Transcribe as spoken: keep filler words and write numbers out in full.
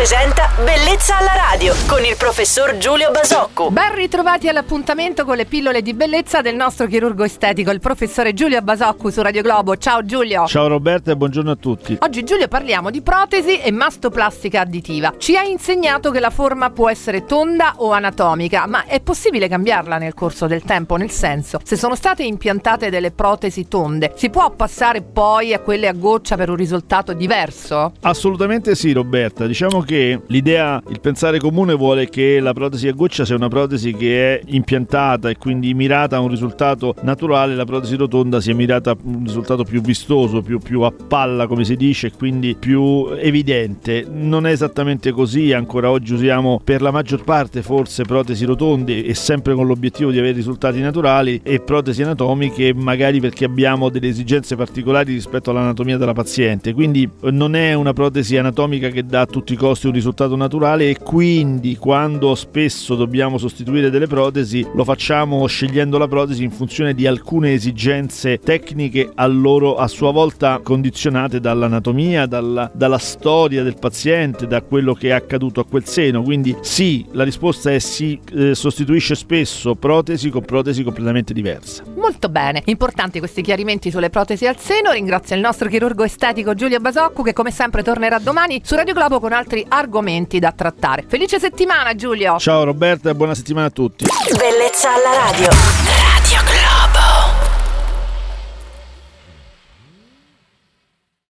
presenta Bellezza alla radio con il professor Giulio Basocco. Ben ritrovati all'appuntamento con le pillole di bellezza del nostro chirurgo estetico, il professore Giulio Basocco su Radio Globo. Ciao Giulio. Ciao Roberta e buongiorno a tutti. Oggi Giulio parliamo di protesi e mastoplastica additiva. Ci hai insegnato che la forma può essere tonda o anatomica, ma è possibile cambiarla nel corso del tempo? Nel senso, se sono state impiantate delle protesi tonde, si può passare poi a quelle a goccia per un risultato diverso? Assolutamente sì Roberta, diciamo che l'idea, il pensare comune vuole che la protesi a goccia sia una protesi che è impiantata e quindi mirata a un risultato naturale, la protesi rotonda sia mirata a un risultato più vistoso, più, più a palla come si dice, quindi più evidente. Non è esattamente così, ancora oggi usiamo per la maggior parte forse protesi rotonde e sempre con l'obiettivo di avere risultati naturali, e protesi anatomiche magari perché abbiamo delle esigenze particolari rispetto all'anatomia della paziente, quindi non è una protesi anatomica che dà a tutti i costi un risultato naturale, e quindi quando spesso dobbiamo sostituire delle protesi lo facciamo scegliendo la protesi in funzione di alcune esigenze tecniche a loro a sua volta condizionate dall'anatomia, dalla, dalla storia del paziente, da quello che è accaduto a quel seno. Quindi sì, la risposta è sì, eh, sostituisce spesso protesi con protesi completamente diverse. Molto bene, importanti questi chiarimenti sulle protesi al seno. Ringrazio il nostro chirurgo estetico Giulio Basocco, che come sempre tornerà domani su Radio Globo con altri argomenti da trattare. Felice settimana Giulio! Ciao Roberta e buona settimana a tutti. Bellezza alla radio.